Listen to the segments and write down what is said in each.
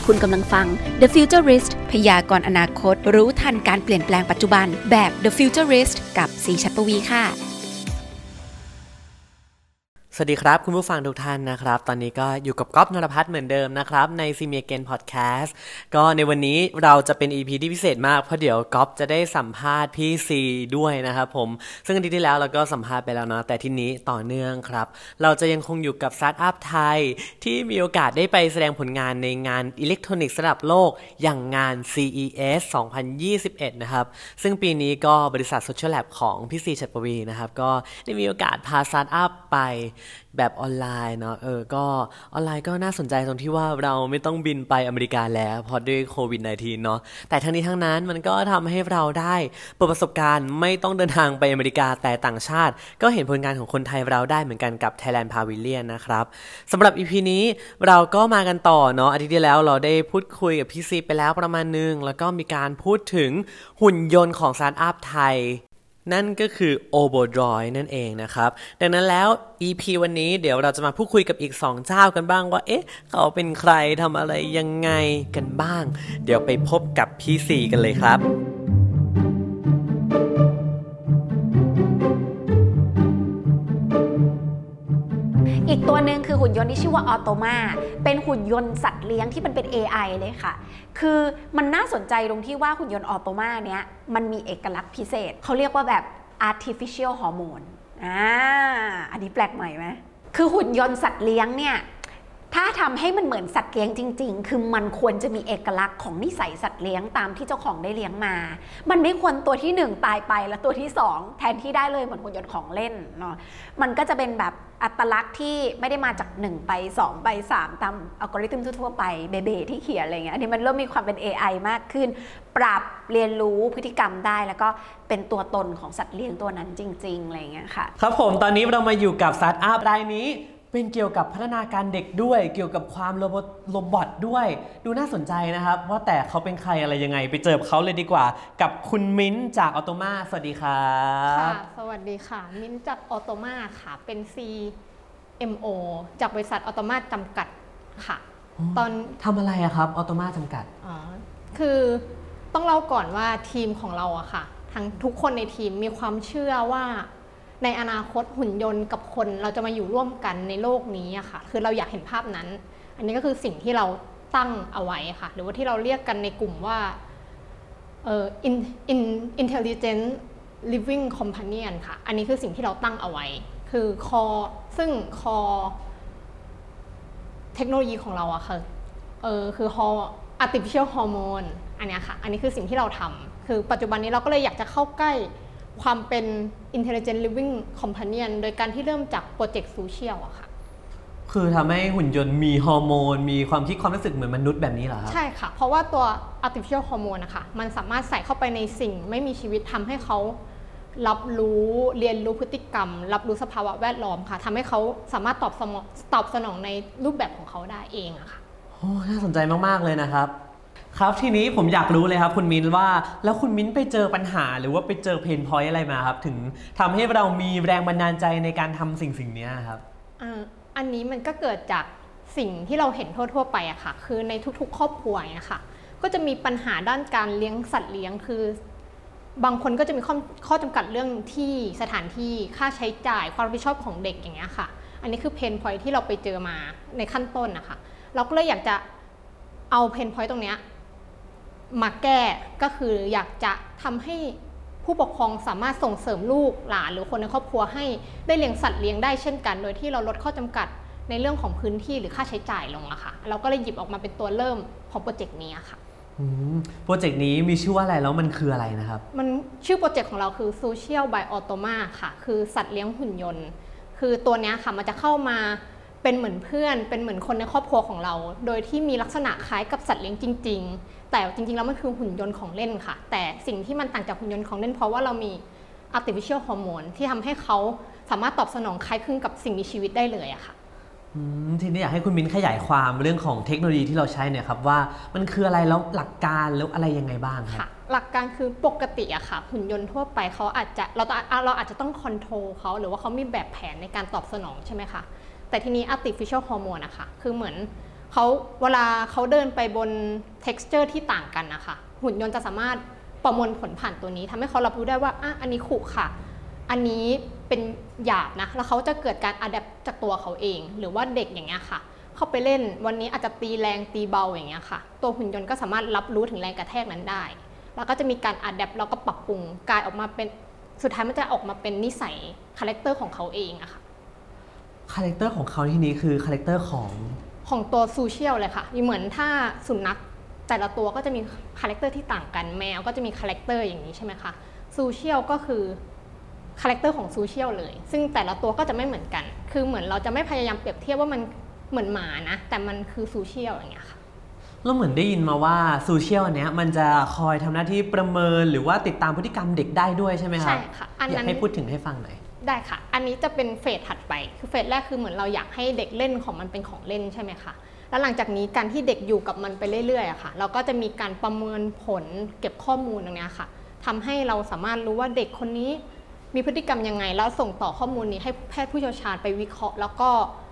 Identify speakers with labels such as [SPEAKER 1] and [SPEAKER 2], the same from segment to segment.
[SPEAKER 1] คุณกำลังฟัง The Futurist พยากรณ์อนาคตรู้ทันการเปลี่ยนแปลงปัจจุบันแบบ The Futurist กับศรีชัดปวีค่ะ
[SPEAKER 2] สวัสดีครับคุณผู้ฟังทุกท่านนะครับตอนนี้ก็อยู่กับก๊อฟ นรพัฒน์เหมือนเดิมนะครับใน See Me Again Podcast ก็ในวันนี้เราจะเป็น EP ที่พิเศษมากเพราะเดี๋ยวก๊อฟจะได้สัมภาษณ์พี่ซีด้วยนะครับผมซึ่งอาทิตย์ที่แล้วเราก็สัมภาษณ์ไปแล้วเนาะแต่ทีนี้ต่อเนื่องครับเราจะยังคงอยู่กับสตาร์ทอัพไทยที่มีโอกาสได้ไปแสดงผลงานในงานอิเล็กทรอนิกส์ระดับโลกอย่างงาน CES 2021 นะครับซึ่งปีนี้ก็บริษัท Social Lab ของพี่ซีชัดปวีนะครับก็ได้มีโอกาสพาสตาร์ทอัพไปแบบออนไลน์เนาะก็ออนไลน์ก็น่าสนใจตรงที่ว่าเราไม่ต้องบินไปอเมริกาแล้วเพราะด้วยโควิด -19 เนาะแต่ทั้งนี้ทั้งนั้นมันก็ทำให้เราได้เปิดประสบการณ์ไม่ต้องเดินทางไปอเมริกาแต่ต่างชาติก็เห็นผลงานของคนไทยเราได้เหมือนกันกับ Thailand Pavilion นะครับสำหรับ EP นี้เราก็มากันต่อเนาะอาทิตย์ที่แล้วเราได้พูดคุยกับพี่ซีไปแล้วประมาณนึงแล้วก็มีการพูดถึงหุ่นยนต์ของสตาร์ทอัพไทยนั่นก็คือ Obodroid นั่นเองนะครับดังนั้นแล้ว EP วันนี้เดี๋ยวเราจะมาพูดคุยกับอีก2เจ้ากันบ้างว่าเขาเป็นใครทำอะไรยังไงกันบ้างเดี๋ยวไปพบกับพี่ซีกันเลยครับ
[SPEAKER 3] อีกตัวหนึ่งคือหุ่นยนต์ที่ชื่อว่าออโตมาเป็นหุ่นยนต์สัตว์เลี้ยงที่มันเป็น AI เลยค่ะคือมันน่าสนใจตรงที่ว่าหุ่นยนต์ออโตมาเนี้ยมันมีเอกลักษณ์พิเศษเขาเรียกว่าแบบ artificial hormone อันนี้แปลกใหม่ไหมคือหุ่นยนต์สัตว์เลี้ยงเนี่ยถ้าทำให้มันเหมือนสัตว์เลี้ยงจริงๆคือมันควรจะมีเอกลักษณ์ของนิสัยสัตว์เลี้ยงตามที่เจ้าของได้เลี้ยงมามันไม่ควรตัวที่1ตายไปแล้วตัวที่2แทนที่ได้เลยเหมือนหุ่นยนต์ของเล่นเนาะมันก็จะเป็นแบบอัตลักษณ์ที่ไม่ได้มาจาก1ไป2ไป3ตามอัลกอริทึมทั่วไปเบๆที่เขียนอะไรเงี้ยอันนี้มันเริ่มมีความเป็น AI มากขึ้นปรับเรียนรู้พฤติกรรมได้แล้วก็เป็นตัวตนของสัตว์เลี้ยงตัวนั้นจริงๆอะไรเงี้ยค่ะ
[SPEAKER 2] ครับผมตอนนี้เรามาอยู่กับสตาร์ทอัพรายนี้เป็นเกี่ยวกับพัฒนาการเด็กด้วยเกี่ยวกับความโรบอทด้วยดูน่าสนใจนะครับว่าแต่เขาเป็นใครอะไรยังไงไปเจอเขาเลยดีกว่ากับคุณมิ้นจากออโตมาสวัสดีครับ
[SPEAKER 4] ค่ะสวัสดีค่ะมิ้นจากออโตมาค่ะเป็น CMO จากบริษัทออโตมาจำกัดค่ะ
[SPEAKER 2] ตอนทำอะไรอะครับออโตมาจำกัด
[SPEAKER 4] คือต้องเล่าก่อนว่าทีมของเราอะค่ะทั้งทุกคนในทีมมีความเชื่อว่าในอนาคตหุ่นยนต์กับคนเราจะมาอยู่ร่วมกันในโลกนี้อะค่ะคือเราอยากเห็นภาพนั้นอันนี้ก็คือสิ่งที่เราตั้งเอาไว้ค่ะหรือว่าที่เราเรียกกันในกลุ่มว่าintelligent living companion ค่ะอันนี้คือสิ่งที่เราตั้งเอาไว้คือซึ่ง core เทคโนโลยีของเราอะค่ะคือ artificial hormone อันนี้ค่ะอันนี้คือสิ่งที่เราทำคือปัจจุบันนี้เราก็เลยอยากจะเข้าใกล้ความเป็น intelligent living companion โดยการที่เริ่มจากโปรเจกต์โซเชียลอะค่ะ
[SPEAKER 2] คือทำให้หุ่นยนต์มีฮอร์โมนมีความคิดความรู้สึกเหมือนมนุษย์แบบนี้เหรอครับ
[SPEAKER 4] ใช่ค่ะเพราะว่าตัว artificial hormone นะคะมันสามารถใส่เข้าไปในสิ่งไม่มีชีวิตทำให้เขารับรู้เรียนรู้พฤติกรรมรับรู้สภาวะแวดล้อมค่ะทำให้เขาสามารถตอบสนองในรูปแบบของเขาได้เองอะค่ะ
[SPEAKER 2] โอ้น่าสนใจมากๆเลยนะครับครับทีนี้ผมอยากรู้เลยครับคุณมิ้นว่าแล้วคุณมิ้นไปเจอปัญหาหรือว่าไปเจอเพนพอยต์อะไรมาครับถึงทำให้เรามีแรงบันดาลใจในการทำสิ่งนี้ครับ
[SPEAKER 4] อันนี้มันก็เกิดจากสิ่งที่เราเห็นทั่วๆไปอะค่ะคือในทุกๆครอบครัวเนี่ยค่ะก็จะมีปัญหาด้านการเลี้ยงสัตว์เลี้ยงคือบางคนก็จะมีข้อจำกัดเรื่องที่สถานที่ค่าใช้จ่ายความรับผิดชอบของเด็กอย่างเงี้ยค่ะอันนี้คือเพนพอยต์ที่เราไปเจอมาในขั้นต้นนะคะเราก็เลยอยากจะเอาเพนพอยต์ตรงเนี้ยมาแก้ก็คืออยากจะทำให้ผู้ปกครองสามารถส่งเสริมลูกหลานหรือคนในครอบครัวให้ได้เลี้ยงสัตว์เลี้ยงได้เช่นกันโดยที่เราลดข้อจำกัดในเรื่องของพื้นที่หรือค่าใช้จ่ายลงอะค่ะเราก็เลยหยิบออกมาเป็นตัวเริ่มของโปรเจกต์นี้ค่ะ
[SPEAKER 2] โปรเจกต์นี้มีชื่อว่าอะไรแล้วมันคืออะไรนะครับ
[SPEAKER 4] มันชื่อโปรเจกต์ของเราคือ Social by Automa ค่ะคือสัตว์เลี้ยงหุ่นยนต์คือตัวนี้ค่ะมันจะเข้ามาเป็นเหมือนเพื่อนเป็นเหมือนคนในครอบครัวของเราโดยที่มีลักษณะคล้ายกับสัตว์เลี้ยงจริงๆแต่จริงๆแล้วมันคือหุ่นยนต์ของเล่นค่ะแต่สิ่งที่มันต่างจากหุ่นยนต์ของเล่นเพราะว่าเรามี artificial hormone ที่ทำให้เขาสามารถตอบสนองคล้ายคลึงกับสิ่งมีชีวิตได้เลยอะค่ะ
[SPEAKER 2] ทีนี้อยากให้คุณมิ้นขยายความเรื่องของเทคโนโลยีที่เราใช้เนี่ยครับว่ามันคืออะไรแล้วหลักการแล้วอะไรยังไงบ้างครับ
[SPEAKER 4] หลักการคือปกติอะค่ะหุ่นยนต์ทั่วไปเขาอาจจะเราอาจจะต้องคอนโทรลเขาหรือว่าเขามีแบบแผนในการตอบสนองใช่ไหมคะแต่ทีนี้ artificial hormone อะค่ะคือเหมือนเวลาเขาเดินไปบน texture ที่ต่างกันนะคะหุ่นยนต์จะสามารถประมวลผลผ่านตัวนี้ทำให้เขารับรู้ได้ว่าอันนี้ขรุขระอันนี้เป็นหยาบนะแล้วเขาจะเกิดการ adapt จากตัวเขาเองหรือว่าเด็กอย่างเงี้ยค่ะเข้าไปเล่นวันนี้อาจจะตีแรงตีเบาอย่างเงี้ยค่ะตัวหุ่นยนต์ก็สามารถรับรู้ถึงแรงกระแทกนั้นได้แล้วก็จะมีการ adapt แล้วก็ปรับปรุงกลายออกมาเป็นสุดท้ายมันจะออกมาเป็นนิสัยคาแรคเตอร์ของเขาเองอะค่ะ
[SPEAKER 2] คาแรคเตอร์ของเขาที่นี้คือคาแรคเตอร์ของ
[SPEAKER 4] ตัวซูเชียลเลยค่ะเหมือนถ้าสุนัขแต่ละตัวก็จะมีคาแรคเตอร์ที่ต่างกันแมวก็จะมีคาแรคเตอร์อย่างนี้ใช่ไหมคะซูเชียลก็คือคาแรคเตอร์ของซูเชียลเลยซึ่งแต่ละตัวก็จะไม่เหมือนกันคือเหมือนเราจะไม่พยายามเปรียบเทียบว่ามันเหมือนหมานะแต่มันคือซูเชียลอย่างเงี้ยค่ะ
[SPEAKER 2] แล้วเหมือนได้ยินมาว่าโซเชียลอันเนี้ยมันจะคอยทำหน้าที่ประเมินหรือว่าติดตามพฤติกรรมเด็กได้ด้วยใช่ไหมครับ
[SPEAKER 4] ใช่ค่ะ
[SPEAKER 2] อยากให้พูดถึงให้ฟังหน่อย
[SPEAKER 4] ได้ค่ะอันนี้จะเป็นเฟสถัดไปคือเฟสแรกคือเหมือนเราอยากให้เด็กเล่นของมันเป็นของเล่นใช่ไหมคะแล้วหลังจากนี้การที่เด็กอยู่กับมันไปเรื่อยๆอะค่ะเราก็จะมีการประเมินผลเก็บข้อมูลตรงนี้ค่ะทำให้เราสามารถรู้ว่าเด็กคนนี้มีพฤติกรรมยังไงแล้วส่งต่อข้อมูลนี้ให้แพทย์ผู้เชี่ยวชาญไปวิเคราะห์แล้วก็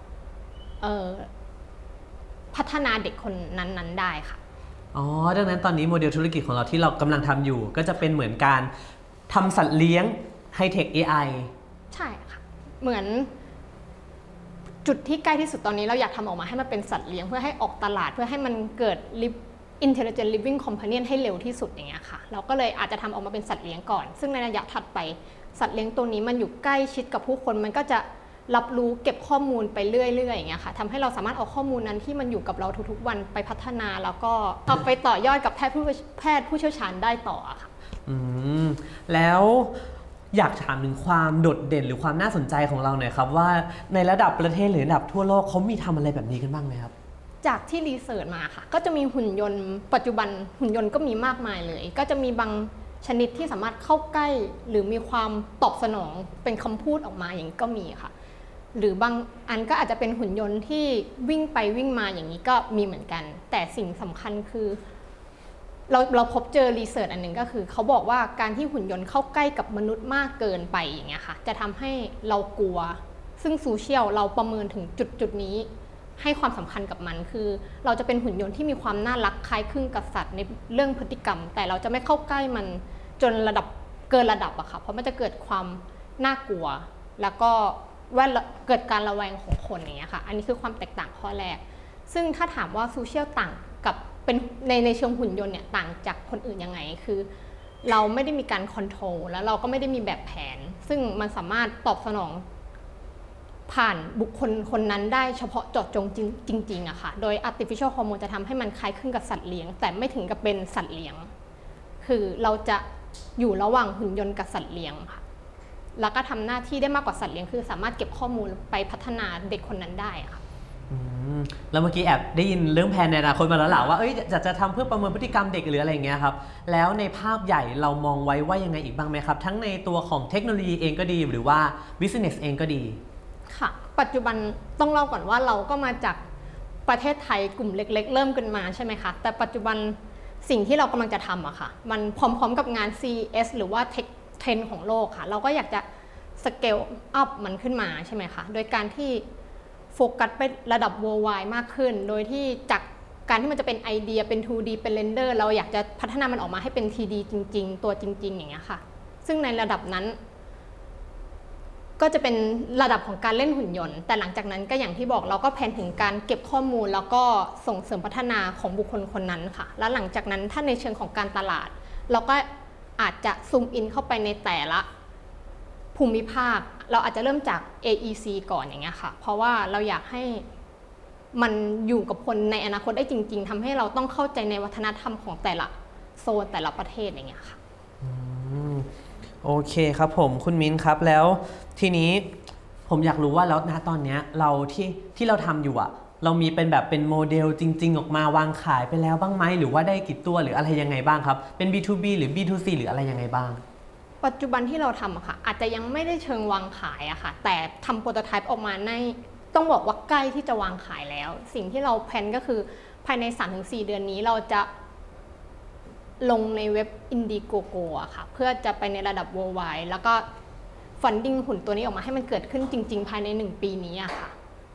[SPEAKER 4] พัฒนาเด็กคนนั้นๆได้ค่ะ
[SPEAKER 2] อ๋อดังนั้นตอนนี้โมเดลธุรกิจของเราที่เรากำลังทำอยู่ก็จะเป็นเหมือนการทำสัตว์เลี้ยงไฮเทค AI
[SPEAKER 4] ใช่ค่ะเหมือนจุดที่ใกล้ที่สุดตอนนี้เราอยากทำออกมาให้มันเป็นสัตว์เลี้ยงเพื่อให้ออกตลาดเพื่อให้มันเกิด Intelligent Living Companion ให้เร็วที่สุดอย่างเงี้ยค่ะเราก็เลยอาจจะทำออกมาเป็นสัตว์เลี้ยงก่อนซึ่งในระยะถัดไปสัตว์เลี้ยงตัวนี้มันอยู่ใกล้ชิดกับผู้คนมันก็จะรับรู้เก็บข้อมูลไปเรื่อยๆอย่างเงี้ยค่ะทำให้เราสามารถเอาข้อมูลนั้นที่มันอยู่กับเราทุกๆวันไปพัฒนาแล้วก็เอาไปต่อยอดกับแพทย์ผู้เชี่ยวชาญได้ต่อค่ะ
[SPEAKER 2] แล้วอยากถามถึงความโดดเด่นหรือความน่าสนใจของเราหน่อยครับว่าในระดับประเทศหรือระดับทั่วโลกเขามีทำอะไรแบบนี้กันบ้างไหมครับ
[SPEAKER 4] จากที่รีเสิร์ชมาค่ะก็จะมีหุ่นยนต์ปัจจุบันหุ่นยนต์ก็มีมากมายเลยก็จะมีบางชนิดที่สามารถเข้าใกล้หรือมีความตอบสนองเป็นคำพูดออกมาอย่างนี้ก็มีค่ะหรือบางอันก็อาจจะเป็นหุ่นยนต์ที่วิ่งไปวิ่งมาอย่างนี้ก็มีเหมือนกันแต่สิ่งสำคัญคือเราพบเจอรีเสิร์ชอันหนึ่งก็คือเขาบอกว่าการที่หุ่นยนต์เข้าใกล้กับมนุษย์มากเกินไปอย่างเงี้ยค่ะจะทำให้เรากลัวซึ่งโซเชียลเราประเมินถึงจุดนี้ให้ความสำคัญกับมันคือเราจะเป็นหุ่นยนต์ที่มีความน่ารักคล้ายคลึงกับสัตว์ในเรื่องพฤติกรรมแต่เราจะไม่เข้าใกล้มันจนเกินระดับอะค่ะเพราะมันจะเกิดความน่ากลัวแล้วก็เกิดการระแวงของคนอย่างเงี้ยค่ะอันนี้คือความแตกต่างข้อแรกซึ่งถ้าถามว่าโซเชียลต่างกับเป็นในเชิงหุ่นยนต์เนี่ยต่างจากคนอื่นยังไงคือเราไม่ได้มีการคอนโทรลแล้วเราก็ไม่ได้มีแบบแผนซึ่งมันสามารถตอบสนองผ่านบุคคลคนนั้นได้เฉพาะเจาะจงจริงๆอะค่ะโดย artificial hormone จะทำให้มันคล้ายคลึงกับสัตว์เลี้ยงแต่ไม่ถึงกับเป็นสัตว์เลี้ยงคือเราจะอยู่ระหว่างหุ่นยนต์กับสัตว์เลี้ยงค่ะแล้วก็ทำหน้าที่ได้มากกว่าสัตว์เลี้ยงคือสามารถเก็บข้อมูลไปพัฒนาเด็กคนนั้นได้ค่ะ
[SPEAKER 2] แล้วเมื่อกี้แอบได้ยินเรื่องแผนในอนาคตมาแล้วแหละว่าจะทำเพื่อประเมินพฤติกรรมเด็กหรืออะไรอย่างเงี้ยครับแล้วในภาพใหญ่เรามองไว้ว่ายังไงอีกบ้างไหมครับทั้งในตัวของเทคโนโลยีเองก็ดีหรือว่า business เองก็ดี
[SPEAKER 4] ค่ะปัจจุบันต้องเล่าก่อนว่าเราก็มาจากประเทศไทยกลุ่มเล็กๆเริ่มกันมาใช่ไหมคะแต่ปัจจุบันสิ่งที่เรากำลังจะทำอะค่ะมันพร้อมๆกับงาน CES หรือว่าเทรนด์ของโลกค่ะเราก็อยากจะสเกลอัพมันขึ้นมาใช่ไหมคะโดยการที่โฟกัสไประดับ worldwide มากขึ้นโดยที่จากการที่มันจะเป็นไอเดียเป็น 2D เป็นเรนเดอร์เราอยากจะพัฒนามันออกมาให้เป็น 3D จริงๆตัวจริงๆอย่างเงี้ยค่ะซึ่งในระดับนั้นก็จะเป็นระดับของการเล่นหุ่นยนต์แต่หลังจากนั้นก็อย่างที่บอกเราก็แผนถึงการเก็บข้อมูลแล้วก็ส่งเสริมพัฒนาของบุคคลคนนั้นค่ะแล้วหลังจากนั้นถ้าในเชิงของการตลาดเราก็อาจจะซูมอินเข้าไปในแต่ละภูมิภาคเราอาจจะเริ่มจาก AEC ก่อนอย่างเงี้ยค่ะเพราะว่าเราอยากให้มันอยู่กับคนในอนาคตได้จริงๆทำให้เราต้องเข้าใจในวัฒนธรรมของแต่ละโซนแต่ละประเทศอย่างเงี้ยค่ะ
[SPEAKER 2] โอเคครับผมคุณมิ้นครับแล้วทีนี้ผมอยากรู้ว่าแล้วณตอนนี้เราที่เราทำอยู่อะเรามีเป็นโมเดลจริงๆออกมาวางขายไปแล้วบ้างไหมหรือว่าได้กี่ตัวหรืออะไรยังไงบ้างครับเป็น B2B หรือ B2C หรืออะไรยังไงบ้าง
[SPEAKER 4] ปัจจุบันที่เราทำอะค่ะอาจจะยังไม่ได้เชิงวางขายอะค่ะแต่ทำโปรโตไทป์ออกมาในต้องบอกว่าใกล้ที่จะวางขายแล้วสิ่งที่เราแพลนก็คือภายใน 3-4 เดือนนี้เราจะลงในเว็บ Indiegogo อะค่ะเพื่อจะไปในระดับ worldwide แล้วก็ฟันดิ้งหุ่นตัวนี้ออกมาให้มันเกิดขึ้นจริงๆภายใน1 ปีนี้อะค่ะ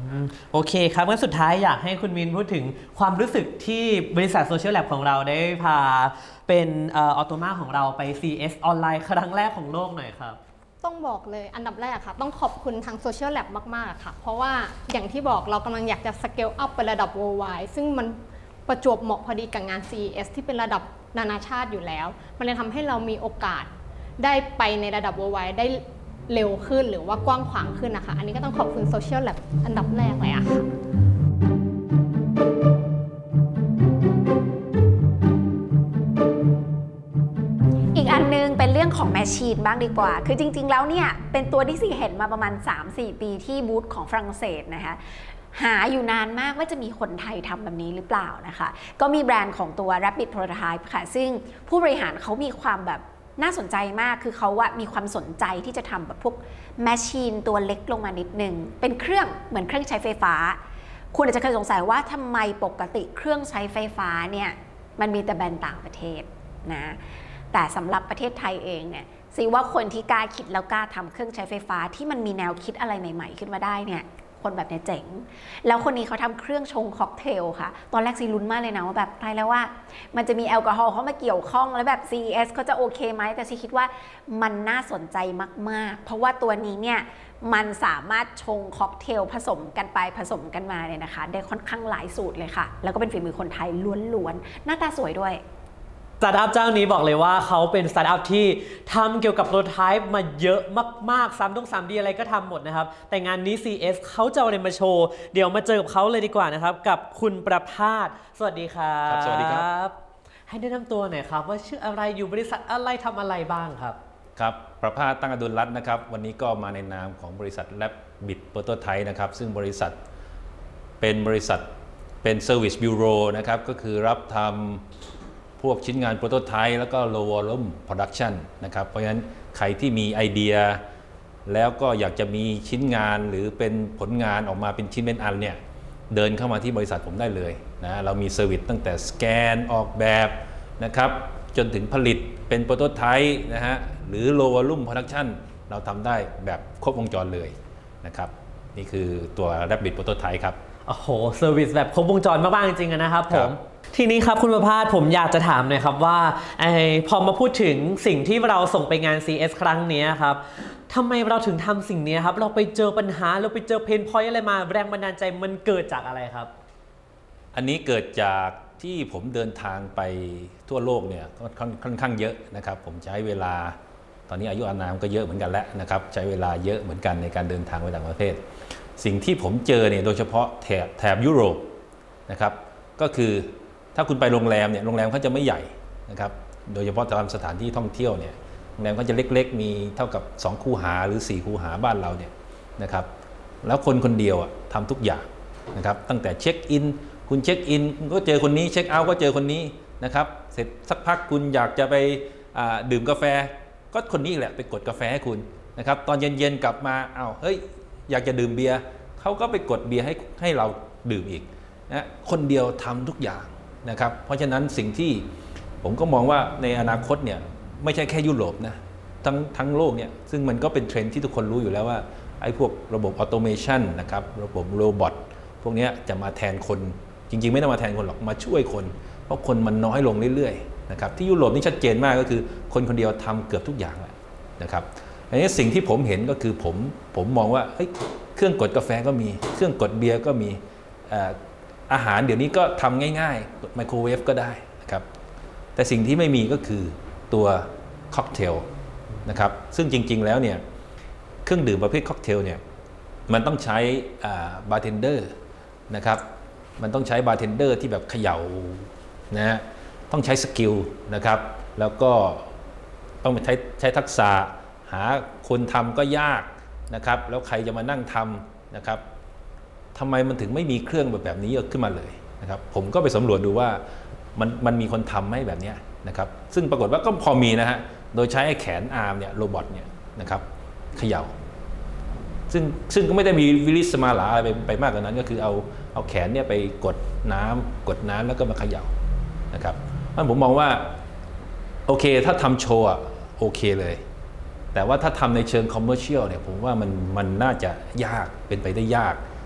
[SPEAKER 2] โอเคครับงั้นสุดท้ายอยากให้คุณมินพูดถึงความรู้สึกที่บริษัท Social Lab ของเราได้พาเป็นออโตมาของเราไป CES ออนไลน์ครั้งแรกของโลกหน่อยครับ
[SPEAKER 4] ต้องบอกเลยอันดับแรกค่ะต้องขอบคุณทาง Social Lab มากๆค่ะเพราะว่าอย่างที่บอกเรากำลังอยากจะ scale up ไประดับ worldwide ซึ่งมันประจวบเหมาะพอดีกับงาน CES ที่เป็นระดับนานาชาติอยู่แล้วมันเลยทำให้เรามีโอกาสได้ไปในระดับ worldwide ได้เร็วขึ้นหรือว่ากว้างขวางขึ้นนะคะอันนี้ก็ต้องขอบคุณ Social Lab อันดับแรกเลยอะค่ะ
[SPEAKER 3] อีกอันนึงเป็นเรื่องของแมชชีนบ้างดีกว่าคือจริงๆแล้วเนี่ยเป็นตัวที่ซีเห็นมาประมาณ 3-4 ปีที่บูธของฝรั่งเศสนะคะหาอยู่นานมากว่าจะมีคนไทยทำแบบนี้หรือเปล่านะคะก็มีแบรนด์ของตัว Rapid Prototype ค่ะซึ่งผู้บริหารเขามีความแบบน่าสนใจมากคือเขามีความสนใจที่จะทำแบบพวกแมชชีนตัวเล็กลงมานิดนึงเป็นเครื่องเหมือนเครื่องใช้ไฟฟ้าคุณอาจจะเคยสงสัยว่าทำไมปกติเครื่องใช้ไฟฟ้าเนี่ยมันมีแต่แบรนด์ต่างประเทศนะแต่สำหรับประเทศไทยเองเนี่ยซีว่าคนที่กล้าคิดแล้วกล้าทำเครื่องใช้ไฟฟ้าที่มันมีแนวคิดอะไรใหม่ๆขึ้นมาได้เนี่ยคนแบบนี้เจ๋งแล้วคนนี้เขาทำเครื่องชงค็อกเทลค่ะตอนแรกซีลุ้นมากเลยนะว่าแบบตายแล้วว่ามันจะมีแอลกอฮอล์เข้ามาเกี่ยวข้องแล้วแบบ CES เขาจะโอเคไหมแต่ซีคิดว่ามันน่าสนใจมากๆเพราะว่าตัวนี้เนี่ยมันสามารถชงค็อกเทลผสมกันไปผสมกันมาเนี่ยนะคะได้ค่อนข้างหลายสูตรเลยค่ะแล้วก็เป็นฝีมือคนไทยล้วนๆหน้าตาสวยด้วย
[SPEAKER 2] สตาร์ทอัพเจ้านี้บอกเลยว่าเขาเป็นสตาร์ทอัพที่ทำเกี่ยวกับโปรโตไทป์มาเยอะมากๆ3D อะไรก็ทำหมดนะครับแต่งานนี้ CES เขาจะเอาอะไรมาโชว์เดี๋ยวมาเจอกับเขาเลยดีกว่านะครับกับคุณประภาสสวัสดีครับ
[SPEAKER 5] สวัสดีครับ
[SPEAKER 2] ให้แนะนำตัวหน่อยครับว่าชื่ออะไรอยู่บริษัทอะไรทำอะไรบ้างครับ
[SPEAKER 5] ครับประภาสตั้งอดุลรัตน์นะครับวันนี้ก็มาในนามของบริษัท Rapid Prototype นะครับซึ่งบริษัทเป็นเป็น Service Bureau นะครับก็คือรับทำพวกชิ้นงานโปรโตไทป์แล้วก็ low volume production นะครับเพราะฉะนั้นใครที่มีไอเดียแล้วก็อยากจะมีชิ้นงานหรือเป็นผลงานออกมาเป็นชิ้นเป็นอันเนี่ยเดินเข้ามาที่บริษัทผมได้เลยนะเรามีเซอร์วิสตั้งแต่สแกนออกแบบนะครับจนถึงผลิตเป็นโปรโตไทป์นะฮะหรือ low volume production เราทำได้แบบครบวงจรเลยนะครับนี่คือตัว Rapid Prototype ครับ
[SPEAKER 2] โอ้โหเซอร์วิสแบบครบวงจรมากๆจริงๆนะครับผมทีนี้ครับคุณประภาสผมอยากจะถามหน่อยครับว่าพอมาพูดถึงสิ่งที่เราส่งไปงาน CES ครั้งนี้ครับทำไมเราถึงทำสิ่งนี้ครับเราไปเจอปัญหาเราไปเจอเพนพอยต์อะไรมาแรงบันดาลใจมันเกิดจากอะไรครับ
[SPEAKER 5] อันนี้เกิดจากที่ผมเดินทางไปทั่วโลกเนี่ยค่อนข้างเยอะนะครับผมใช้เวลาตอนนี้อายุอานามก็เยอะเหมือนกันแล้วนะครับใช้เวลาเยอะเหมือนกันในการเดินทางไปต่างประเทศสิ่งที่ผมเจอเนี่ยโดยเฉพาะแถบยุโรปนะครับก็คือถ้าคุณไปโรงแรมเนี่ยโรงแรมเขาจะไม่ใหญ่นะครับโดยเฉพาะตามสถานที่ท่องเที่ยวเนี่ยโรงแรมเขาจะเล็กๆมีเท่ากับ2คูหาหรือ4คูหาบ้านเราเนี่ยนะครับแล้วคนเดียวทำทุกอย่างนะครับตั้งแต่เช็คอินคุณเช็คอินก็เจอคนนี้เช็คเอาท์ก็เจอคนนี้นะครับเสร็จสักพักคุณอยากจะไปดื่มกาแฟก็คนนี้แหละไปกดกาแฟให้คุณนะครับตอนเย็นๆกลับมาเฮ้ยอยากจะดื่มเบียร์เขาก็ไปกดเบียร์ให้เราดื่มอีกนะคนเดียวทำทุกอย่างนะครับเพราะฉะนั้นสิ่งที่ผมก็มองว่าในอนาคตเนี่ยไม่ใช่แค่ยุโรปนะทั้งโลกเนี่ยซึ่งมันก็เป็นเทรนด์ที่ทุกคนรู้อยู่แล้วว่าไอ้พวกระบบออโตเมชันนะครับระบบโรบอทพวกนี้จะมาแทนคนจริงๆไม่ได้มาแทนคนหรอกมาช่วยคนเพราะคนมันน้อยลงเรื่อยๆนะครับที่ยุโรปนี่ชัดเจนมากก็คือคนเดียวทำเกือบทุกอย่างแหละนะครับอันนี้สิ่งที่ผมเห็นก็คือผมมองว่าเครื่องกดกาแฟก็มีเครื่องกดเบียร์ก็มีอาหารเดี๋ยวนี้ก็ทำง่ายๆไมโครเวฟก็ได้นะครับแต่สิ่งที่ไม่มีก็คือตัวค็อกเทลนะครับซึ่งจริงๆแล้วเนี่ยเครื่องดื่มประเภทค็อกเทลเนี่ยมันต้องใช้บาร์เทนเดอร์นะครับมันต้องใช้บาร์เทนเดอร์ที่แบบเขย่านะฮะต้องใช้สกิลนะครับแล้วก็ต้องใช้ทักษะหาคนทำก็ยากนะครับแล้วใครจะมานั่งทำนะครับทำไมมันถึงไม่มีเครื่องแบบนี้ขึ้นมาเลยนะครับผมก็ไปสำรวจดูว่ามันมีคนทำไหมแบบนี้นะครับซึ่งปรากฏว่าก็พอมีนะฮะโดยใช้แขนอาร์มเนี่ยโรบอทเนี่ยนะครับเขย่าซึ่งก็ไม่ได้มีวิริสมาลาอะไรไปมากกว่านั้นก็คือเอาแขนเนี่ยไปกดน้ำแล้วก็มาเขย่านะครับมันผมมองว่าโอเคถ้าทำโชว์โอเคเลยแต่ว่าถ้าทำในเชิงคอมเมอร์เชียลเนี่ยผมว่ามันน่าจะยากเป็นไปได้ยาก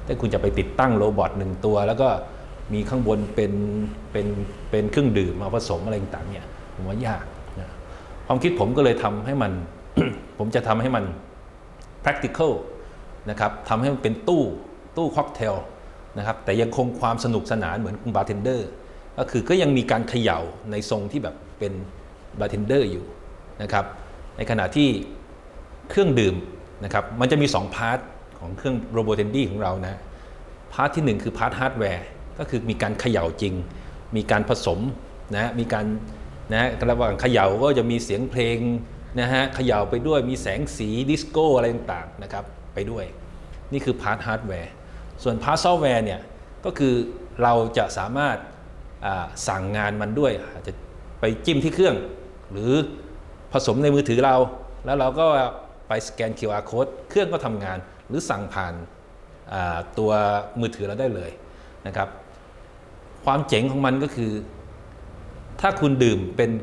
[SPEAKER 5] ถ้าคุณจะไปติดตั้งโรบอท1ตัวแล้วก็มีข้างบนเป็นเครื่องดื่มมาผสมอะไรต่างๆเนี่ยผมว่ายากนะความคิดผมก็เลยทำให้มัน ผมจะทำให้มัน practical นะครับทำให้มันเป็นตู้ค็อกเทลนะครับแต่ยังคงความสนุกสนานเหมือนบาร์เทนเดอร์ก็คือก็ยังมีการเขย่าในทรงที่แบบเป็นบาร์เทนเดอร์อยู่นะครับในขณะที่เครื่องดื่มนะครับมันจะมี2พาร์ทของเครื่องโรโบเทนดี้ของเรานะพาร์ทที่1คือพาร์ทฮาร์ดแวร์ก็คือมีการเขย่าจริงมีการผสมนะมีการนะระหว่างเขย่าก็จะมีเสียงเพลงนะฮะเขย่าไปด้วยมีแสงสีดิสโก้อะไรต่างๆนะครับไปด้วยนี่คือพาร์ทฮาร์ดแวร์ส่วนพาร์ทซอฟต์แวร์เนี่ยก็คือเราจะสามารถสั่งงานมันด้วยอาจจะไปจิ้มที่เครื่องหรือผสมในมือถือเราแล้วเราก็ไปสแกน QR code เครื่องก็ทำงานหรือสั่งผ่านตัวมือถือเราได้เลยนะครับความเจ๋งของมันก็คือถ้าคุณดื่ม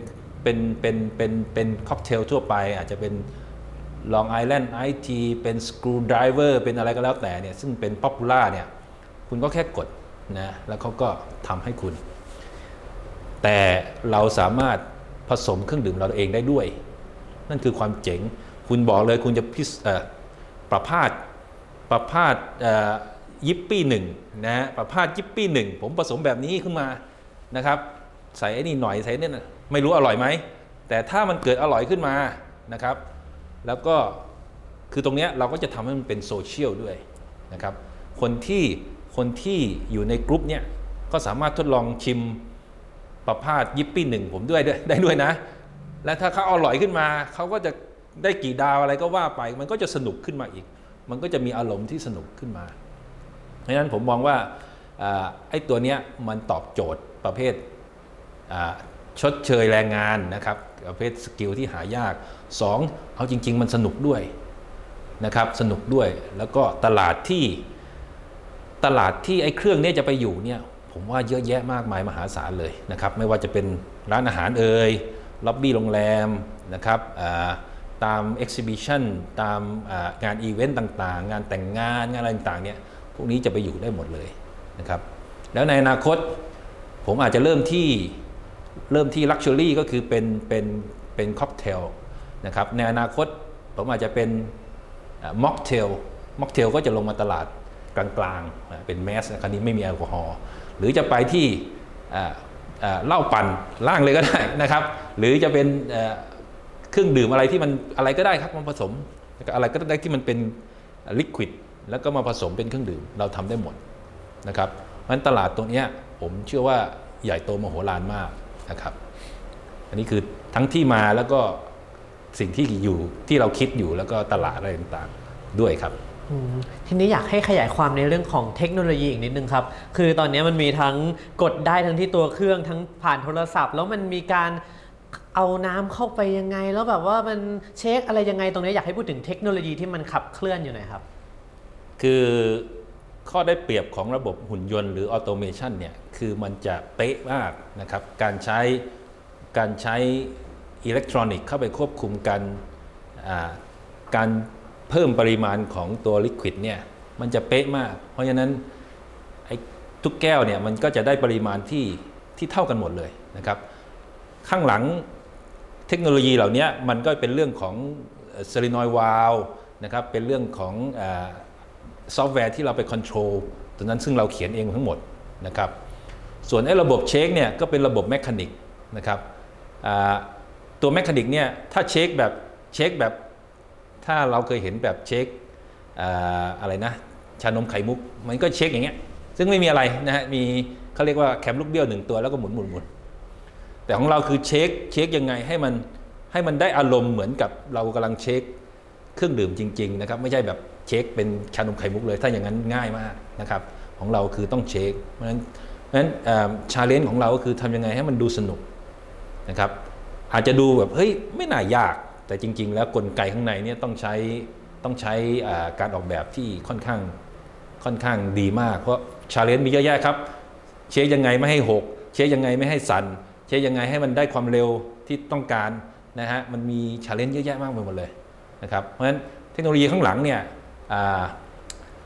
[SPEAKER 5] เป็นค็อกเทลทั่วไปอาจจะเป็น Long Island Iced Tea เป็น Screwdriver เป็นอะไรก็แล้วแต่เนี่ยซึ่งเป็น Popular เนี่ยคุณก็แค่กดนะแล้วเขาก็ทำให้คุณแต่เราสามารถผสมเครื่องดื่มเราเองได้ด้วยนั่นคือความเจ๋งคุณบอกเลยคุณจะประพาสยิปปี้หนึ่งนะประพาสยิปปี้หนึ่งผมผสมแบบนี้ขึ้นมานะครับใส่ไอ้นี่หน่อยใส่เนี่ยไม่รู้อร่อยไหมแต่ถ้ามันเกิดอร่อยขึ้นมานะครับแล้วก็คือตรงนี้เราก็จะทำให้มันเป็นโซเชียลด้วยนะครับคนที่อยู่ในกลุ่มเนี่ยก็สามารถทดลองชิมประพาสยิปปี้หนึ่งผมด้วยได้ด้วยนะและถ้าเขาอร่อยขึ้นมาเขาก็จะได้กี่ดาวอะไรก็ว่าไปมันก็จะสนุกขึ้นมาอีกมันก็จะมีอารมณ์ที่สนุกขึ้นมาเพราะฉะนั้นผมมองว่าไอ้ตัวเนี้ยมันตอบโจทย์ประเภทชดเชยแรงงานนะครับประเภทสกิลที่หายาก2เอาจริงๆมันสนุกด้วยนะครับสนุกด้วยแล้วก็ตลาดที่ไอ้เครื่องนี้จะไปอยู่เนี่ยผมว่าเยอะแยะมากมายมหาศาลเลยนะครับไม่ว่าจะเป็นร้านอาหารล็อบบี้โรงแรมนะครับตาม exhibition ตามงานอีเวนต์ต่างๆงานแต่งงานอะไรต่างๆเนี่ยพวกนี้จะไปอยู่ได้หมดเลยนะครับแล้วในอนาคตผมอาจจะเริ่มที่ luxury ก็คือเป็นค็อกเทลนะครับในอนาคตผมอาจจะเป็นม็อกเทลก็จะลงมาตลาดกลางๆเป็นแมสคราวนี้ไม่มีแอลกอฮอล์หรือจะไปที่เหล้าปั่นล่างเลยก็ได้นะครับหรือจะเป็นเครื่องดื่มอะไรที่มันอะไรก็ได้ครับมาผสมอะไรก็ได้ที่มันเป็นลิควิดแล้วก็มาผสมเป็นเครื่องดื่มเราทำได้หมดนะครับเพราะฉะนั้นตลาดตัวนี้ผมเชื่อว่าใหญ่โตมโหฬารมากนะครับอันนี้คือทั้งที่มาแล้วก็สิ่งที่อยู่ที่เราคิดอยู่แล้วก็ตลาดอะไรต่างๆด้วยครับ
[SPEAKER 2] ทีนี้อยากให้ขยายความในเรื่องของเทคโนโลยีอีกนิดนึงครับคือตอนนี้มันมีทั้งกดได้ทั้งที่ตัวเครื่องทั้งผ่านโทรศัพท์แล้วมันมีการเอาน้ำเข้าไปยังไงแล้วแบบว่ามันเช็คอะไรยังไงตรงนี้อยากให้พูดถึงเทคโนโลยีที่มันขับเคลื่อนอยู่หน่อยครับ
[SPEAKER 5] คือข้อได้เปรียบของระบบหุ่นยนต์หรือออโตเมชันเนี่ยคือมันจะเป๊ะมากนะครับการใช้อิเล็กทรอนิกส์เข้าไปควบคุมการเพิ่มปริมาณของตัวลิควิดเนี่ยมันจะเป๊ะมากเพราะฉะนั้นทุกแก้วเนี่ยมันก็จะได้ปริมาณที่เท่ากันหมดเลยนะครับข้างหลังเทคโนโลยีเหล่านี้มันก็เป็นเรื่องของโซลินอยด์วาล์วนะครับเป็นเรื่องของซอฟต์แวร์ที่เราไปคอนโทรลตัวนั้นซึ่งเราเขียนเองทั้งหมดนะครับส่วนระบบเช็คเนี่ยก็เป็นระบบแมคานิกนะครับตัวแมคานิกเนี่ยถ้าเช็คแบบถ้าเราเคยเห็นแบบเช็คอะไรนะชานมไข่มุกมันก็เช็คอย่างเงี้ยซึ่งไม่มีอะไรนะฮะมีเขาเรียกว่าแคมลูกเบี้ยว1ตัวแล้วก็หมุนแต่ของเราคือเช็คยังไงให้มันได้อารมณ์เหมือนกับเรากำลังเช็คเครื่องดื่มจริงๆนะครับไม่ใช่แบบเช็คเป็นชานมไข่มุกเลยถ้าอย่างนั้นง่ายมากนะครับของเราคือต้องเช็คเพราะฉะนั้นชาเลนจ์ของเราก็คือทำยังไงให้มันดูสนุกนะครับอาจจะดูแบบเฮ้ยไม่น่ายากแต่จริงๆแล้วกลไกข้างในเนี่ยต้องใช้การออกแบบที่ค่อนข้างดีมากเพราะชาเลนจ์มีเยอะแยะครับเช็คยังไงไม่ให้หกเช็คยังไงไม่ให้สั่นเช็คยังไงให้มันได้ความเร็วที่ต้องการนะฮะมันมีชาเลนจ์เยอะแยะมากไปหมดเลยนะครับเพราะฉะนั้นเทคโนโลยีข้างหลังเนี่ย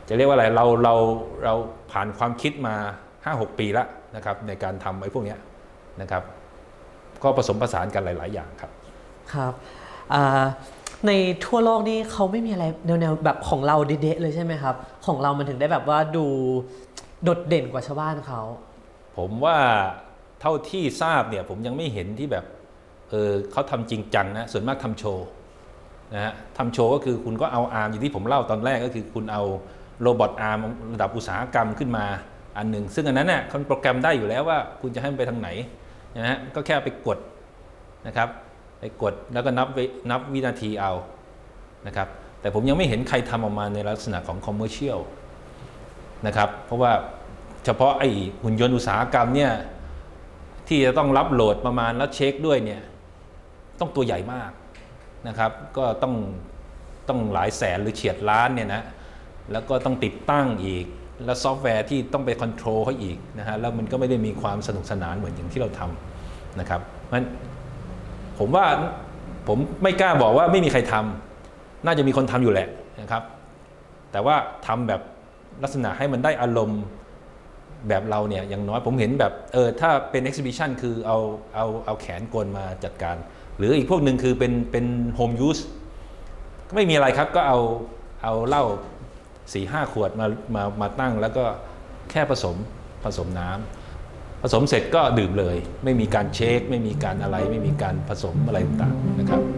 [SPEAKER 5] จะเรียกว่าอะไรเราผ่านความคิดมา 5-6 ปีแล้วนะครับในการทำไอ้พวกนี้นะครับก็ผสมผสานกันหลายๆอย่างครับ
[SPEAKER 2] ครับในทั่วโลกนี่เขาไม่มีอะไรแนวแบบของเราเด๊ะๆเลยใช่ไหมครับของเรามันถึงได้แบบว่าดูโดดเด่นกว่าชาวบ้านเขา
[SPEAKER 5] ผมว่าเท่าที่ทราบเนี่ยผมยังไม่เห็นที่แบบเขาทำจริงจังนะส่วนมากทำโชว์นะฮะทำโชว์ก็คือคุณก็เอาอาร์มอย่างที่ผมเล่าตอนแรกก็คือคุณเอาโรบอทอาร์มระดับอุตสาหกรรมขึ้นมาอันหนึ่งซึ่งอันนั้นเนี่ยเขาโปรแกรมได้อยู่แล้วว่าคุณจะให้มันไปทางไหนนะฮะก็แค่ไปกดนะครับไปกดแล้วก็นับวินาทีเอานะครับแต่ผมยังไม่เห็นใครทำออกมาในลักษณะของคอมเมอร์เชียลนะครับเพราะว่าเฉพาะไอ้หุ่นยนต์อุตสาหกรรมเนี่ยที่จะต้องรับโหลดประมาณแล้วเช็คด้วยเนี่ยต้องตัวใหญ่มากนะครับก็ต้องหลายแสนหรือเฉียดล้านเนี่ยนะแล้วก็ต้องติดตั้งอีกแล้วซอฟต์แวร์ที่ต้องไปคอนโทรลเขาอีกนะฮะแล้วมันก็ไม่ได้มีความสนุกสนานเหมือนอย่างที่เราทำนะครับมันผมว่าผมไม่กล้าบอกว่าไม่มีใครทำน่าจะมีคนทำอยู่แหละนะครับแต่ว่าทำแบบลักษณะให้มันได้อารมณ์แบบเราเนี่ยอย่างน้อยผมเห็นแบบถ้าเป็น exhibition คือเอาแขนกลมาจัดการหรืออีกพวกหนึ่งคือเป็น home use ก็ไม่มีอะไรครับก็เอาเหล้า 4-5 ขวดมาตั้งแล้วก็แค่ผสมน้ำผสมเสร็จก็ดื่มเลยไม่มีการเช็คไม่มีการอะไรไม่มีการผสมอะไรต่างๆนะครับ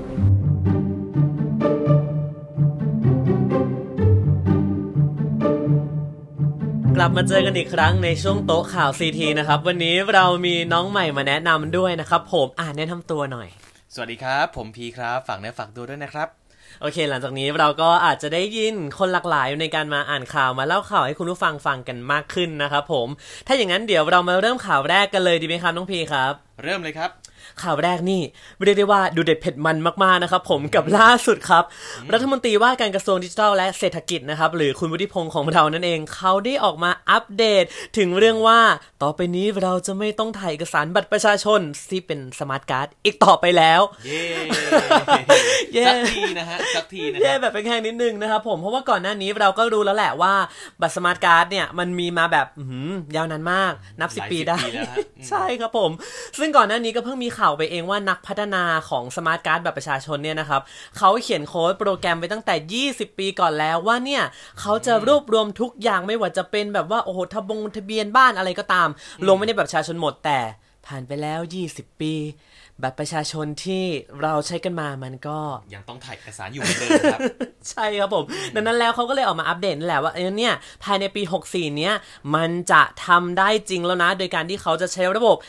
[SPEAKER 2] กลับมาเจอกันอีกครั้งในช่วงโต๊ะข่าว CT นะครับวันนี้เรามีน้องใหม่มาแนะนำด้วยนะครับผมแนะนำตัวหน่อย
[SPEAKER 6] สวัสดีครับผมพีครับฝากเนื้อฝากตัวด้วยนะครับ
[SPEAKER 2] โอเคหลังจากนี้เราก็อาจจะได้ยินคนหลากหลายในการมาอ่านข่าวมาเล่าข่าวให้คุณผู้ฟังฟังกันมากขึ้นนะครับผมถ้าอย่างนั้นเดี๋ยวเรามาเริ่มข่าวแรกกันเลยดีไหมครับน้องพีครับ
[SPEAKER 6] เริ่มเลยครับ
[SPEAKER 2] ข่าวแรกนี่เรียกได้ว่าดูเด็ดเผ็ดมันมากๆนะครับผมกับล่าสุดครับรัฐมนตรีว่าการกระทรวงดิจิทัลและเศรษฐกิจนะครับหรือคุณวุฒิพงษ์ของเรานั่นเองเขาได้ออกมาอัปเดตถึงเรื่องว่าต่อไปนี้เราจะไม่ต้องถ่ายเอกสารบัตรประชาชนที่เป็นสมาร์ทการ์ดอีกต่อไปแล้ว
[SPEAKER 6] เย้สักทีนะฮะสักทีนะ
[SPEAKER 2] เย้แบบเป็นแค่นิดนึงนะครับผมเพราะว่าก่อนหน้านี้เราก็รู้แล้วแหละว่าบัตรสมาร์ทการ์ดเนี่ยมันมีมาแบบยาวนานมากนับ10 ปีได้ใช่ครับผมซึ่งก่อนหน้านี้ก็เพิ่งมีข่าวไปเองว่านักพัฒนาของสมาร์ทการ์ดแบบประชาชนเนี่ยนะครับเขาเขียนโค้ดโปรแกรมไปตั้งแต่20 ปีก่อนแล้วว่าเนี่ยเขาจะรวบรวมทุกอย่างไม่ว่าจะเป็นแบบว่าโอ้โหทะเบียนบ้านอะไรก็ตามลงไม่ได้แบบประชาชนหมดแต่ผ่านไปแล้ว20 ปีบัตรประชาชนที่เราใช้กันมามันก็
[SPEAKER 6] ยังต้องถ่ายเอกสารอยู่เหมือนเดิมครับ
[SPEAKER 2] ใช่ครับผมดังนั้นแล้วเขาก็เลยออกมาอัปเดตแหละว่าเนี่ยภายในปี64เนี้ยมันจะทำได้จริงแล้วนะโดยการที่เขาจะใช้ระบบ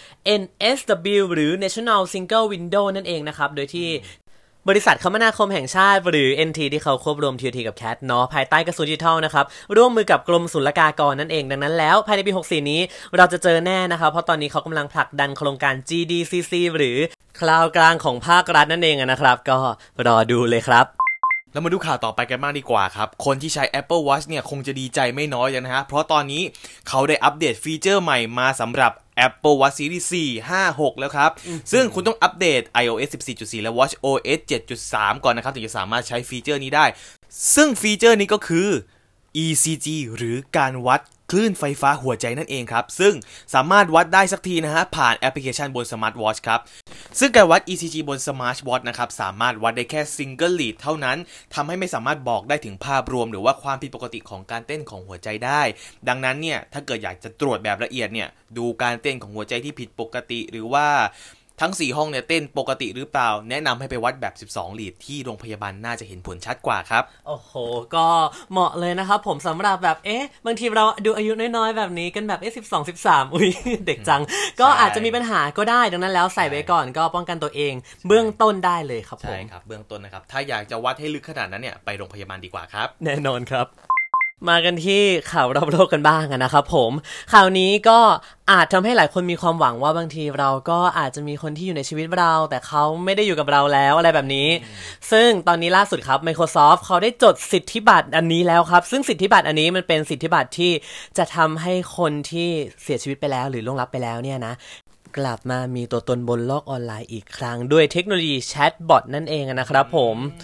[SPEAKER 2] NSW หรือ National Single Window นั่นเองนะครับโดยที่บริษัทคมนาคมแห่งชาติหรือ NT ที่เขาควบรวม TOT กับ CAT เนาะภายใต้กระทรวงดิจิทัลนะครับร่วมมือกับกรมศุลกากรนั่นเองดังนั้นแล้วภายในปี64นี้เราจะเจอแน่นะครับเพราะตอนนี้เขากำลังผลักดันโครงการ GDCC หรือคลาวด์กลางของภาครัฐนั่นเองนะครับก็รอดูเลยครับ
[SPEAKER 6] แล้วมาดูข่าวต่อไปกันบ้างดีกว่าครับคนที่ใช้ Apple Watch เนี่ยคงจะดีใจไม่น้อยเลยนะฮะเพราะตอนนี้เขาได้อัปเดตฟีเจอร์ใหม่มาสำหรับ Apple Watch Series 4, 5, 6 แล้วครับซึ่งคุณต้องอัปเดต iOS 14.4 และ watchOS 7.3 ก่อนนะครับถึงจะสามารถใช้ฟีเจอร์นี้ได้ซึ่งฟีเจอร์นี้ก็คือ ECG หรือการวัดคลื่นไฟฟ้าหัวใจนั่นเองครับซึ่งสามารถวัดได้สักทีนะฮะผ่านแอปพลิเคชันบน Smart Watch ครับซึ่งการวัด ECG บน Smart Watch นะครับสามารถวัดได้แค่ Single Lead เท่านั้นทำให้ไม่สามารถบอกได้ถึงภาพรวมหรือว่าความผิดปกติของการเต้นของหัวใจได้ดังนั้นเนี่ยถ้าเกิดอยากจะตรวจแบบละเอียดเนี่ยดูการเต้นของหัวใจที่ผิดปกติหรือว่าทั้ง4ห้องเนี่ยเต้นปกติหรือเปล่าแนะนำให้ไปวัดแบบ12ลีดที่โรงพยาบาลน่าจะเห็นผลชัดกว่าครับ
[SPEAKER 2] โอ้โหก็เหมาะเลยนะครับผมสำหรับแบบบางทีเราดูอายุน้อยๆแบบนี้กันแบบ12 13อุ๊ยเด็กจังก็อาจจะมีปัญหาก็ได้ดังนั้นแล้วใส่ไว้ก่อนก็ป้องกันตัวเองเบื้องต้นได้เลยครับผม
[SPEAKER 6] ใช่ครับเบื้องต้นนะครับถ้าอยากจะวัดให้ลึกขนาดนั้นเนี่ยไปโรงพยาบาลดีกว่าครับ
[SPEAKER 2] แน่นอนครับมากันที่ข่าวรอบโลกกันบ้างนะครับผมข่าวนี้ก็อาจทำให้หลายคนมีความหวังว่าบางทีเราก็อาจจะมีคนที่อยู่ในชีวิตเราแต่เขาไม่ได้อยู่กับเราแล้วอะไรแบบนี้ซึ่งตอนนี้ล่าสุดครับ Microsoft เขาได้จดสิทธิบัตรอันนี้แล้วครับซึ่งสิทธิบัตรอันนี้มันเป็นสิทธิบัตรที่จะทำให้คนที่เสียชีวิตไปแล้วหรือล่วงลับไปแล้วเนี่ยนะกลับมามีตัวตนบนโลกออนไลน์อีกครั้งด้วยเทคโนโลยีแชทบอทนั่นเองนะครับผม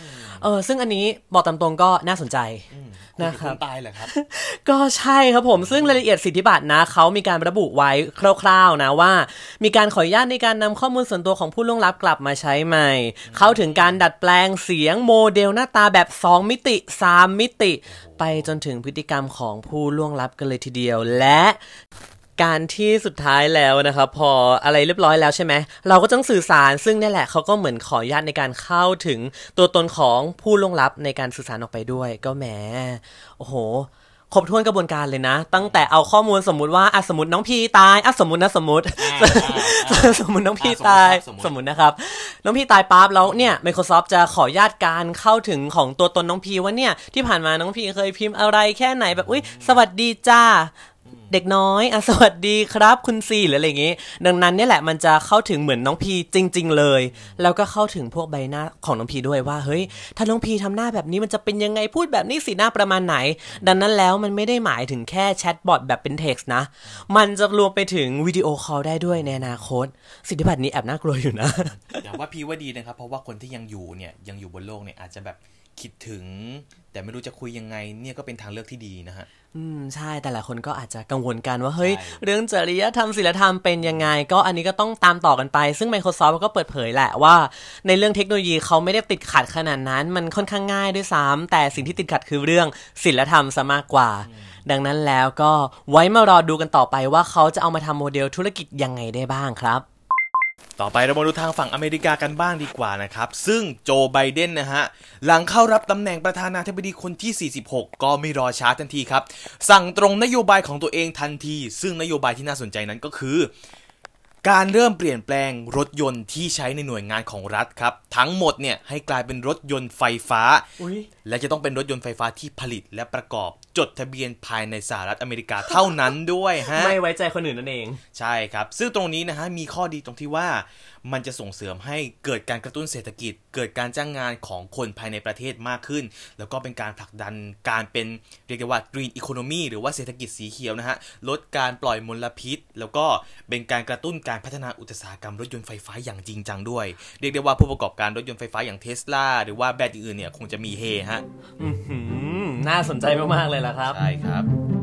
[SPEAKER 2] ซึ่งอันนี้บอกตามตรงก็น่าสนใจนะครับ
[SPEAKER 6] ตายเหรอครับ
[SPEAKER 2] ก็ใช่ครับผมซึ่งรายละเอียดสิทธิบัตรนะเขามีการระบุไว้คร่าวๆนะว่ามีการขออนุญาตในการนำข้อมูลส่วนตัวของผู้ล่วงลับกลับมาใช้ใหม่เข้าถึงการดัดแปลงเสียงโมเดลหน้าตาแบบ2มิติ3มิติไปจนถึงพฤติกรรมของผู้ล่วงลับกันเลยทีเดียวและการที่สุดท้ายแล้วนะครับพออะไรเรียบร้อยแล้วใช่ไหมเราก็ต้องสื่อสารซึ่งนี่แหละเขาก็เหมือนขออนุญาตในการเข้าถึงตัวตนของผู้ล่วงลับในการสื่อสารออกไปด้วยก็แหมโอ้โหครบถ้วนกระบวนการเลยนะตั้งแต่เอาข้อมูลสมมุติว่าสมมุติน้องพีตายสมมุติน้องพีตายสมมุตินะครับน้องพีตายปั๊บแล้วเนี่ย Microsoft จะขออนุญาตการเข้าถึงของตัวตนน้องพีว่าเนี่ยที่ผ่านมาน้องพีเคยพิมพ์อะไรแค่ไหนแบบอุ๊ยสวัสดีจ้าเด็กน้อยสวัสดีครับคุณซีหรืออะไรอย่างงี้ดังนั้นเนี่ยแหละมันจะเข้าถึงเหมือนน้องพีจริงๆเลยแล้วก็เข้าถึงพวกใบหน้าของน้องพีด้วยว่าเฮ้ยถ้าน้องพีทำหน้าแบบนี้มันจะเป็นยังไงพูดแบบนี้สีหน้าประมาณไหนดังนั้นแล้วมันไม่ได้หมายถึงแค่แชทบอทแบบเป็นเท็กซ์นะมันจะรวมไปถึงวิดีโอคอลได้ด้วยในอนาคตสิทธิบัตรนี้แอบน่ากลัวอยู่นะ
[SPEAKER 6] แต่ว่าพี่ว่าดีนะครับเพราะว่าคนที่ยังอยู่บนโลกเนี่ยอาจจะแบบคิดถึงแต่ไม่รู้จะคุยยังไงเนี่ยก็เป็นทางเลือกที่ดีนะฮะ
[SPEAKER 2] ใช่แต่ละคนก็อาจจะกังวลกันว่าเฮ้ยเรื่องจริยธรรมศีลธรรมเป็นยังไงก็อันนี้ก็ต้องตามต่อกันไปซึ่ง Microsoft ก็เปิดเผยแหละว่าในเรื่องเทคโนโลยีเขาไม่ได้ติดขัดขนาดนั้นมันค่อนข้างง่ายด้วยซ้ำแต่สิ่งที่ติดขัดคือเรื่องศีลธรรมซะมากกว่าดังนั้นแล้วก็ไว้มารอดูกันต่อไปว่าเขาจะเอามาทำโมเดลธุรกิจยังไงได้บ้างครับ
[SPEAKER 6] ต่อไปเรามาดูทางฝั่งอเมริกากันบ้างดีกว่านะครับซึ่งโจไบเดนนะฮะหลังเข้ารับตำแหน่งประธานาธิบดีคนที่46ก็ไม่รอช้าทันทีครับสั่งตรงนโยบายของตัวเองทันทีซึ่งนโยบายที่น่าสนใจนั้นก็คือการเริ่มเปลี่ยนแปลงรถยนต์ที่ใช้ในหน่วยงานของรัฐครับทั้งหมดเนี่ยให้กลายเป็นรถยนต์ไฟฟ้าและจะต้องเป็นรถยนต์ไฟฟ้าที่ผลิตและประกอบจดทะเบียนภายในสหรัฐอเมริกาเท่านั้นด้วยฮะ
[SPEAKER 2] ไม่ไว้ใจคนอื่นนั่นเอง
[SPEAKER 6] ใช่ครับซึ่งตรงนี้นะฮะมีข้อดีตรงที่ว่ามันจะส่งเสริมให้เกิดการกระตุ้นเศรษฐกิจเกิดการจ้างงานของคนภายในประเทศมากขึ้นแล้วก็เป็นการผลักดันการเป็นเรียกได้ว่า Green Economy หรือว่าเศรษฐกิจสีเขียวนะฮะลดการปล่อยมลพิษแล้วก็เป็นการกระตุ้นการพัฒนาอุตสาหกรรมรถยนต์ไฟฟ้าอย่างจริงจังด้วยเรียกได้ว่าผู้ประกอบการรถยนต์ไฟฟ้าอย่าง Tesla หรือว่าแบรนด์อื่นๆเนี่ยคงจะมีเฮฮะ
[SPEAKER 2] น่าสนใจมากๆเลยล่ะครับ
[SPEAKER 6] ใช่ครับ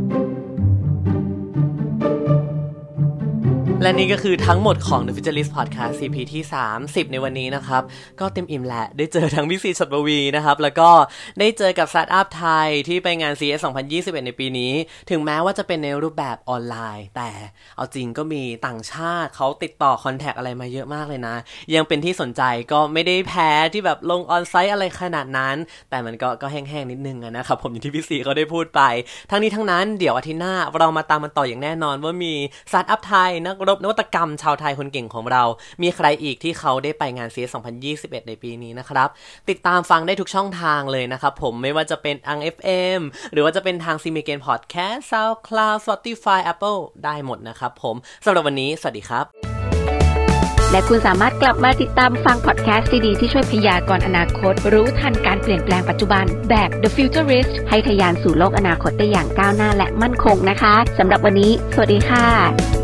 [SPEAKER 2] และนี่ก็คือทั้งหมดของ The Futurist Podcast CP ที่30ในวันนี้นะครับก็เต็มอิ่มแหละได้เจอทั้งพี่ซีชัดปวีนะครับแล้วก็ได้เจอกับสตาร์ทอัพไทยที่ไปงาน CES 2021ในปีนี้ถึงแม้ว่าจะเป็นในรูปแบบออนไลน์แต่เอาจริงก็มีต่างชาติเขาติดต่อคอนแทคอะไรมาเยอะมากเลยนะยังเป็นที่สนใจก็ไม่ได้แพ้ที่แบบลงออนไซต์อะไรขนาดนั้นแต่มันก็แห้งๆนิดนึงนะครับผมอย่างที่พี่ซีเขาได้พูดไปทั้งนี้ทั้งนั้นเดี๋ยวอาทิตย์หน้าเรามาตามมันต่ออย่างแน่นอนว่ามีสตาร์ทอัพไทยนักนวัตกรรมชาวไทยคนเก่งของเรามีใครอีกที่เขาได้ไปงาน CES 2021ในปีนี้นะครับติดตามฟังได้ทุกช่องทางเลยนะครับผมไม่ว่าจะเป็นทาง FM หรือว่าจะเป็นทาง CMGN Podcast SoundCloud Spotify Apple ได้หมดนะครับผมสำหรับวันนี้สวัสดีครับ
[SPEAKER 1] และคุณสามารถกลับมาติดตามฟังพอดแคสต์ดีๆที่ช่วยพยากรณ์อนาคตรู้ทันการเปลี่ยนแปลงปัจจุบันแบบ The Futurist ให้ทะยานสู่โลกอนาคตได้อย่างก้าวหน้าและมั่นคงนะคะสำหรับวันนี้สวัสดีค่ะ